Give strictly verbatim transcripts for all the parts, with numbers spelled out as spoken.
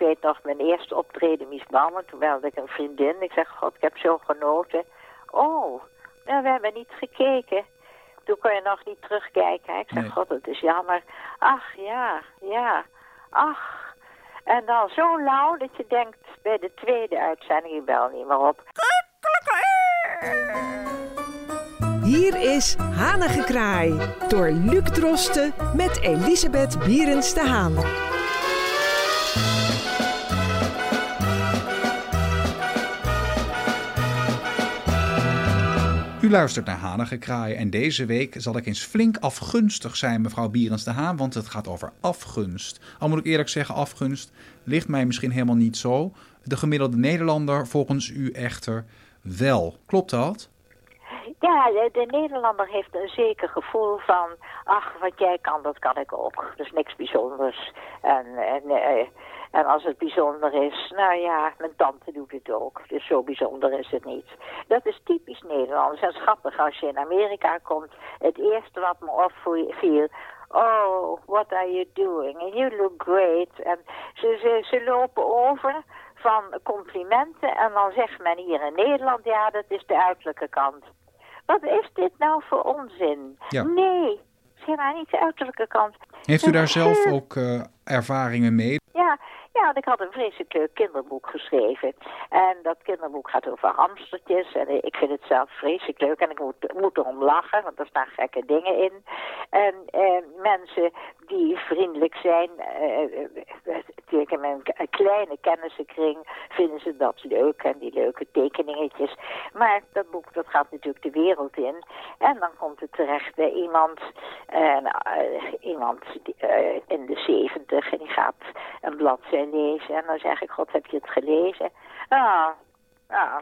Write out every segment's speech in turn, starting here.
weet nog, mijn eerste optreden Mies Bouwman. Toen belde ik een vriendin. Ik zeg, god, ik heb zo genoten. Oh, nou, we hebben niet gekeken. Toen kon je nog niet terugkijken. Ik zeg, nee. God, het is jammer. Ach, ja, ja. Ach. En dan zo lauw dat je denkt bij de tweede uitzending, ik bel niet meer op. Hier is Hanengekraai door Luc Drosten met Elisabeth Bierens de Haan. U luistert naar Hanengekraai en deze week zal ik eens flink afgunstig zijn, mevrouw Bierens de Haan, want het gaat over afgunst. Al moet ik eerlijk zeggen, afgunst ligt mij misschien helemaal niet zo. De gemiddelde Nederlander volgens u echter wel. Klopt dat? Ja, de, de Nederlander heeft een zeker gevoel van, ach, wat jij kan, dat kan ik ook. Dus niks bijzonders. En, en, uh, en als het bijzonder is, nou ja, mijn tante doet het ook. Dus zo bijzonder is het niet. Dat is typisch Nederlands. En schattig als je in Amerika komt. Het eerste wat me opviel, oh, what are you doing? And you look great. En ze, ze, ze lopen over van complimenten en dan zegt men hier in Nederland, ja, dat is de uiterlijke kant. Wat is dit nou voor onzin? Ja. Nee, zeg maar niet de uiterlijke kant. Heeft u daar zelf ook uh, ervaringen mee? Ja, ja, ik had een vreselijk leuk kinderboek geschreven. En dat kinderboek gaat over hamstertjes. En ik vind het zelf vreselijk leuk. En ik moet, moet erom lachen, want er staan gekke dingen in. En eh, mensen die vriendelijk zijn, eh, natuurlijk in mijn kleine kennissenkring vinden ze dat leuk. En die leuke tekeningetjes. Maar dat boek, dat gaat natuurlijk de wereld in. En dan komt het terecht bij iemand, uh, uh, iemand die, uh, in de zeventig. En die gaat een bladzijde lezen. En dan zeg ik, god, heb je het gelezen? Ah, ah.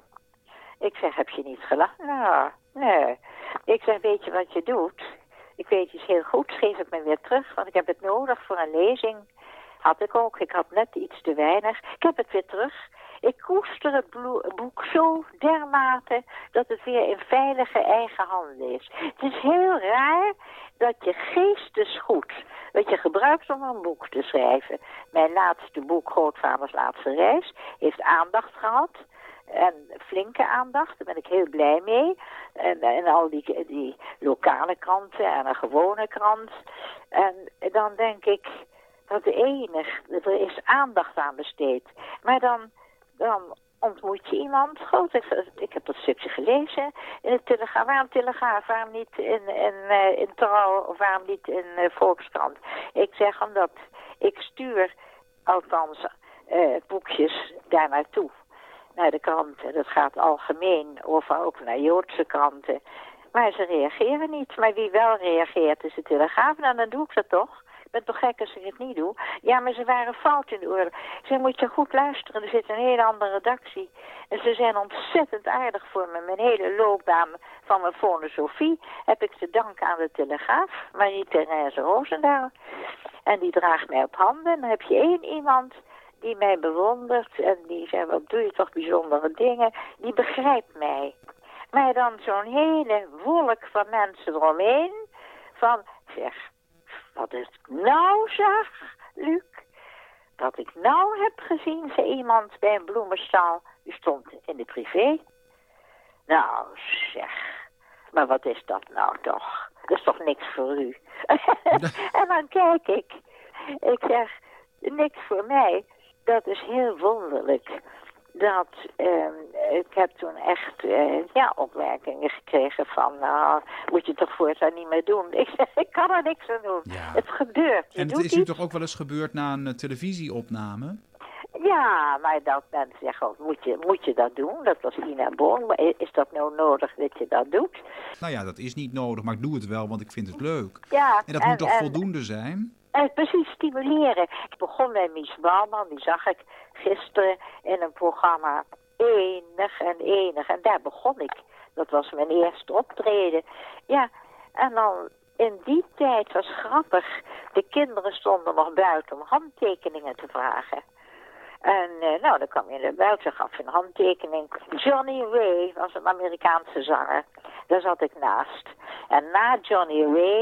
Ik zeg, heb je niet gelachen? Nou, nee. Ik zeg, weet je wat je doet? Ik weet iets heel goed, geef het me weer terug, want ik heb het nodig voor een lezing. Had ik ook, ik had net iets te weinig. Ik heb het weer terug. Ik koester het boek zo dermate dat het weer in veilige eigen handen is. Het is heel raar dat je geestesgoed, wat je gebruikt om een boek te schrijven. Mijn laatste boek, Grootvaders Laatste Reis, heeft aandacht gehad. En flinke aandacht, daar ben ik heel blij mee. En, en al die, die lokale kranten en een gewone krant. En dan denk ik, dat enig, er is aandacht aan besteed. Maar dan, dan ontmoet je iemand. Goed, ik, ik heb dat stukje gelezen in de Telegraaf. Waarom Telegraaf? Waarom niet in, in, uh, in Trouw of waarom niet in uh, Volkskrant? Ik zeg omdat ik stuur althans uh, boekjes daar naartoe. Naar de kranten. Dat gaat algemeen over ook naar Joodse kranten. Maar ze reageren niet. Maar wie wel reageert is de Telegraaf. Nou, dan doe ik dat toch. Ik ben toch gek als ik het niet doe. Ja, maar ze waren fout in de oorlog. Ze moet je goed luisteren. Er zit een hele andere redactie. En ze zijn ontzettend aardig voor me. Mijn hele loopbaan van mijn filosofie heb ik te danken aan de Telegraaf. Marie-Thérèse Roosendaal. En die draagt mij op handen. En dan heb je één iemand die mij bewondert en die zegt, wat doe je toch bijzondere dingen. Die begrijpt mij. Maar dan zo'n hele wolk van mensen eromheen. Van, zeg, wat ik nou zag, Luc. Wat ik nou heb gezien, zei iemand bij een bloemenstal. Die stond in de privé. Nou, zeg. Maar wat is dat nou toch? Dat is toch niks voor u? En dan kijk ik. Ik zeg, niks voor mij. Dat is heel wonderlijk. Dat, uh, ik heb toen echt uh, ja, opmerkingen gekregen van, nou, moet je toch voortaan niet meer doen. Ik zeg, ik kan er niks aan doen. Ja. Het gebeurt. Je en het doet is u iets. toch ook wel eens gebeurd na een uh, televisieopname? Ja, maar dat mensen zeggen, oh, moet, je, moet je dat doen? Dat was Ina Boon. Maar is dat nou nodig dat je dat doet? Nou ja, dat is niet nodig, maar ik doe het wel, want ik vind het leuk. Ja, en dat en, moet toch en, voldoende zijn? En precies stimuleren. Ik begon bij Mies Bouwman, die zag ik gisteren in een programma. Enig en enig. En daar begon ik. Dat was mijn eerste optreden. Ja, en dan in die tijd was grappig. De kinderen stonden nog buiten om handtekeningen te vragen. En uh, nou, dan kwam je naar buiten, gaf je een handtekening. Johnny Ray was een Amerikaanse zanger. Daar zat ik naast. En na Johnny Ray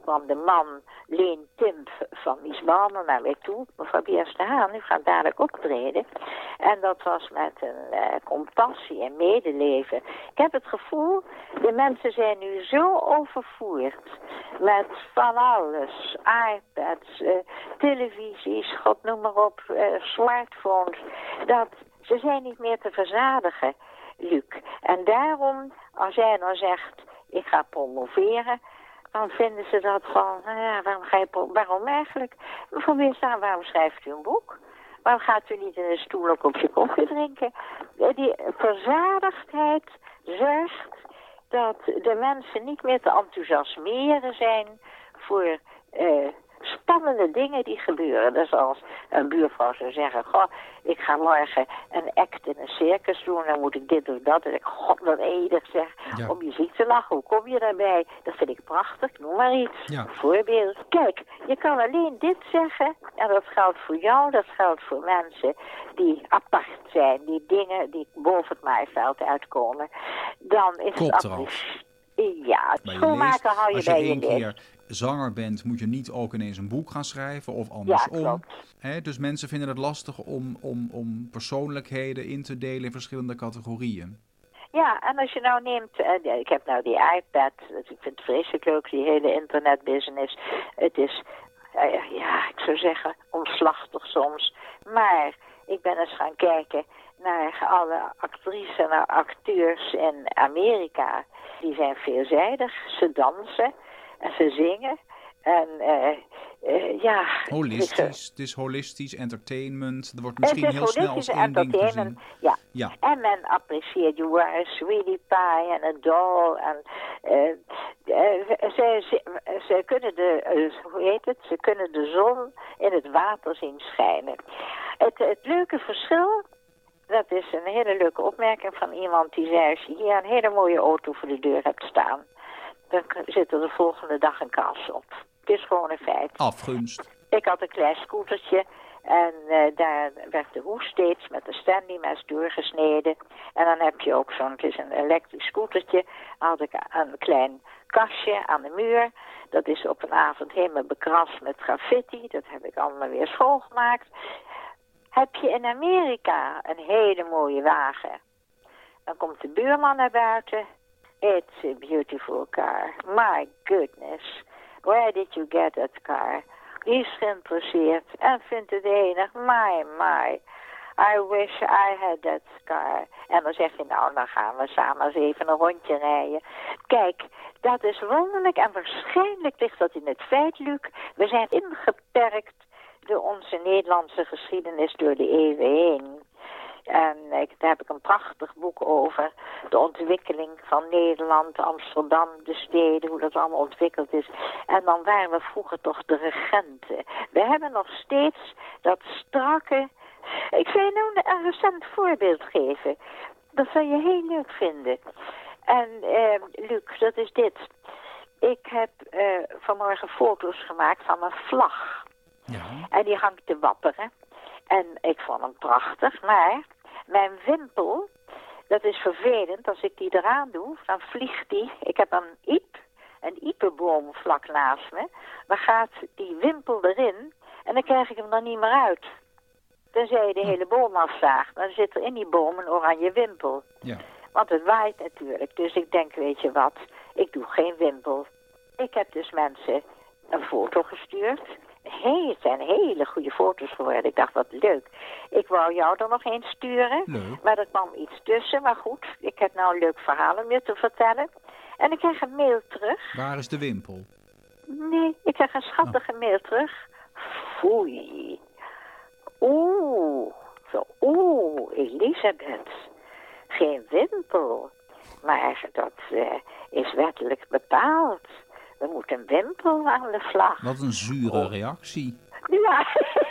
kwam de man, Leen Timp van Mies Bouwman, naar mij toe. Mevrouw Bierens de Haan, u gaat dadelijk optreden. En dat was met een uh, compassie en medeleven. Ik heb het gevoel, de mensen zijn nu zo overvoerd met van alles. iPads, uh, televisies, god noem maar op, uh, smartphones. Dat ze zijn niet meer te verzadigen, Luc. En daarom, als jij nou zegt, ik ga promoveren, dan vinden ze dat van, nou ja, waarom ga je pro- waarom eigenlijk? Van weer staan, waarom schrijft u een boek? Waarom gaat u niet in een stoel een kopje koffie drinken? Die verzadigdheid zorgt dat de mensen niet meer te enthousiasmeren zijn voor uh, spannende dingen die gebeuren. Dus als een buurvrouw zou zeggen, goh, ik ga morgen een act in een circus doen, dan moet ik dit of dat. En ik, god, wat enig zeg, ja. Om je ziek te lachen, hoe kom je daarbij? Dat vind ik prachtig, noem maar iets. Ja. Voorbeeld. Kijk, je kan alleen dit zeggen, en dat geldt voor jou, dat geldt voor mensen die apart zijn, die dingen die boven het maaiveld uitkomen. Dan is Kop het eraf. Ja, schoonmaken hou je als je bij je één lees. keer zanger bent, moet je niet ook ineens een boek gaan schrijven of andersom. Ja, He, dus mensen vinden het lastig om, om, om persoonlijkheden in te delen in verschillende categorieën. Ja, en als je nou neemt, uh, ik heb nou die iPad, ik vind het vreselijk leuk, die hele internetbusiness. Het is, uh, ja, ik zou zeggen, omslachtig soms. Maar ik ben eens gaan kijken naar alle actrices en acteurs in Amerika. Die zijn veelzijdig, ze dansen en ze zingen. En uh, uh, ja... Holistisch, het is holistisch entertainment. Er wordt misschien heel snel als één ding gezien. Ja. ja. En men apprecieert You Are a Sweetie Pie en a Doll. En, uh, uh, ze, ze, ze kunnen de, uh, hoe heet het? Ze kunnen de zon in het water zien schijnen. Het, het leuke verschil... Dat is een hele leuke opmerking van iemand die zei... als je hier een hele mooie auto voor de deur hebt staan... dan zit er de volgende dag een kans op. Het is gewoon een feit. Afgunst. Ik had een klein scootertje... en uh, daar werd de hoes steeds met een Stanley-mes doorgesneden. En dan heb je ook zo'n... het is een elektrisch scootertje... had ik een klein kastje aan de muur... Dat is op een avond helemaal bekrast met graffiti. Dat heb ik allemaal weer schoongemaakt... Heb je in Amerika een hele mooie wagen. Dan komt de buurman naar buiten. It's a beautiful car. My goodness. Where did you get that car? Die is geïnteresseerd en vindt het enig. My, my. I wish I had that car. En dan zeg je, nou, dan gaan we samen eens even een rondje rijden. Kijk, dat is wonderlijk en waarschijnlijk ligt dat in het feit, Luc. We zijn ingeperkt door onze Nederlandse geschiedenis door de eeuwen heen. En ik, daar heb ik een prachtig boek over. De ontwikkeling van Nederland, Amsterdam, de steden, hoe dat allemaal ontwikkeld is. En dan waren we vroeger toch de regenten. We hebben nog steeds dat strakke... Ik zal je nou een recent voorbeeld geven. Dat zou je heel leuk vinden. En uh, Luc, dat is dit. Ik heb uh, vanmorgen foto's gemaakt van een vlag. Ja. En die hangt te wapperen. En ik vond hem prachtig, maar mijn wimpel, dat is vervelend. Als ik die eraan doe, dan vliegt die. Ik heb een iep, een iepenboom vlak naast me. Dan gaat die wimpel erin en dan krijg ik hem dan niet meer uit. Tenzij je de hele boom afzaagt, dan zit er in die boom een oranje wimpel. Ja. Want het waait natuurlijk. Dus ik denk, weet je wat, ik doe geen wimpel. Ik heb dus mensen een foto gestuurd. Hey, het zijn hele goede foto's geworden. Ik dacht, wat leuk. Ik wou jou er nog eens sturen. Leuk. Maar er kwam iets tussen. Maar goed, ik heb nou een leuk verhaal om je te vertellen. En ik krijg een mail terug. Waar is de wimpel? Nee, ik krijg een schattige oh. mail terug. Foei. Oeh. Zo, oeh, Elisabeth. Geen wimpel. Maar dat uh, is wettelijk bepaald. Er moet een wimpel aan de vlag. Wat een zure oh. reactie. Ja,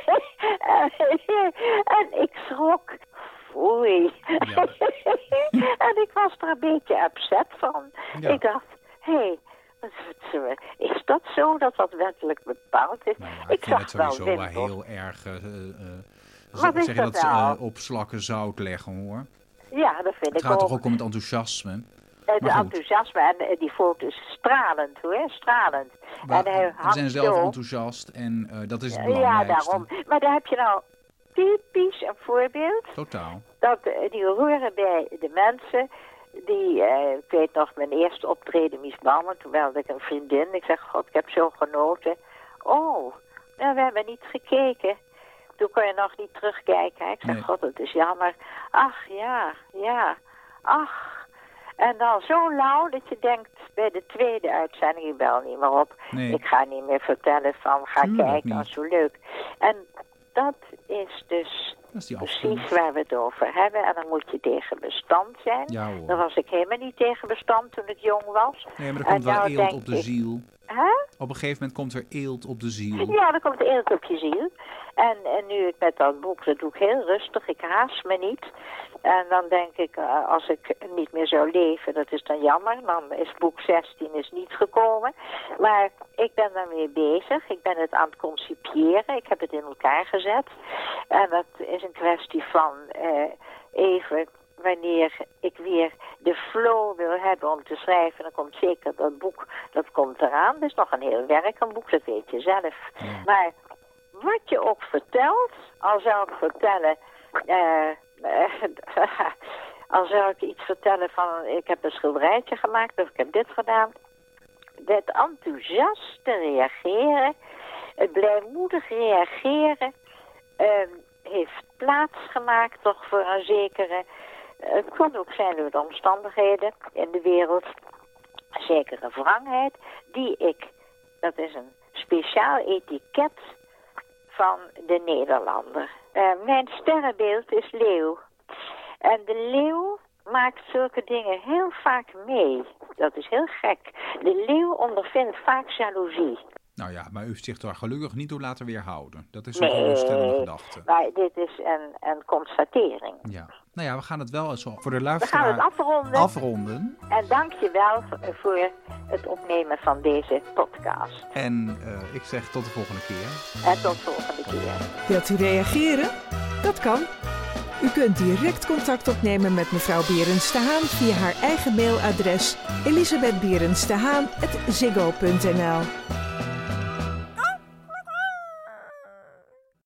en ik schrok. Foei. Ja. En ik was er een beetje upset van. Ja. Ik dacht, hé, hey, is dat zo dat dat wettelijk bepaald is? Nou ja, ik, ik vind zag het sowieso wel wel wimpel. heel erg... Uh, uh, Wat is zeg je dat dat nou? uh, op slakken zout leggen, hoor. Ja, dat vind het ik ook. Het gaat toch ook om het enthousiasme? Het enthousiasme en uh, die foto's stralend hoor, stralend. Maar, en hij we zijn zelf zo... enthousiast en uh, dat is het Ja, belangrijkste. daarom. Maar daar heb je nou typisch een voorbeeld. Totaal. Dat uh, die horen bij de mensen die, uh, ik weet nog, mijn eerste optreden misbannen. Toen belde ik een vriendin. Ik zeg, god, ik heb zo genoten. Oh, nou, we hebben niet gekeken. Toen kon je nog niet terugkijken. Ik zeg, nee. God, het is jammer. Ach, ja, ja, ach. En dan zo lauw dat je denkt bij de tweede uitzending, ik bel niet meer op. Nee. Ik ga niet meer vertellen van, ga Tuurlijk kijken, niet. dat is zo leuk. En dat is dus Dat is die precies afstand. waar we het over hebben. En dan moet je tegen bestand zijn. Ja, hoor. Daar was ik helemaal niet tegen bestand toen ik jong was. Nee, maar er komt En wel nou eelt denk op de ik- ziel. Hè? Op een gegeven moment komt er eelt op de ziel. Ja, dan komt de eelt op je ziel. En, en nu ik met dat boek, dat doe ik heel rustig. Ik haast me niet. En dan denk ik, uh, als ik niet meer zou leven, dat is dan jammer. Dan is boek zestien is niet gekomen. Maar ik ben daarmee bezig. Ik ben het aan het concipiëren. Ik heb het in elkaar gezet. En dat is een kwestie van uh, even... Wanneer ik weer de flow wil hebben om te schrijven, dan komt zeker dat boek, dat komt eraan. Het is nog een heel werk, een boek, dat weet je zelf. Ja. Maar wat je ook vertelt, al zou ik vertellen, uh, uh, al zou ik iets vertellen van, ik heb een schilderijtje gemaakt of ik heb dit gedaan. Het enthousiaste reageren, het blijmoedig reageren, uh, heeft plaatsgemaakt toch voor een zekere... Het kon ook zijn door de omstandigheden in de wereld, een zekere wrangheid, die ik, dat is een speciaal etiket van de Nederlander. Uh, mijn sterrenbeeld is leeuw. En de leeuw maakt zulke dingen heel vaak mee. Dat is heel gek. De leeuw ondervindt vaak jaloezie. Nou ja, maar u heeft zich daar gelukkig niet door laten weerhouden. Dat is een Nee, geruststellende gedachte. maar dit is een, een constatering. Ja. Nou ja, we gaan het wel zo voor de We gaan luisteraar het afronden. afronden. En dank je wel voor het opnemen van deze podcast. En uh, ik zeg tot de volgende keer. En tot de volgende keer. Wilt u reageren? Dat kan. U kunt direct contact opnemen met mevrouw Bierens de Haan via haar eigen mailadres elisabeth bierens de haan apenstaartje ziggo punt n l.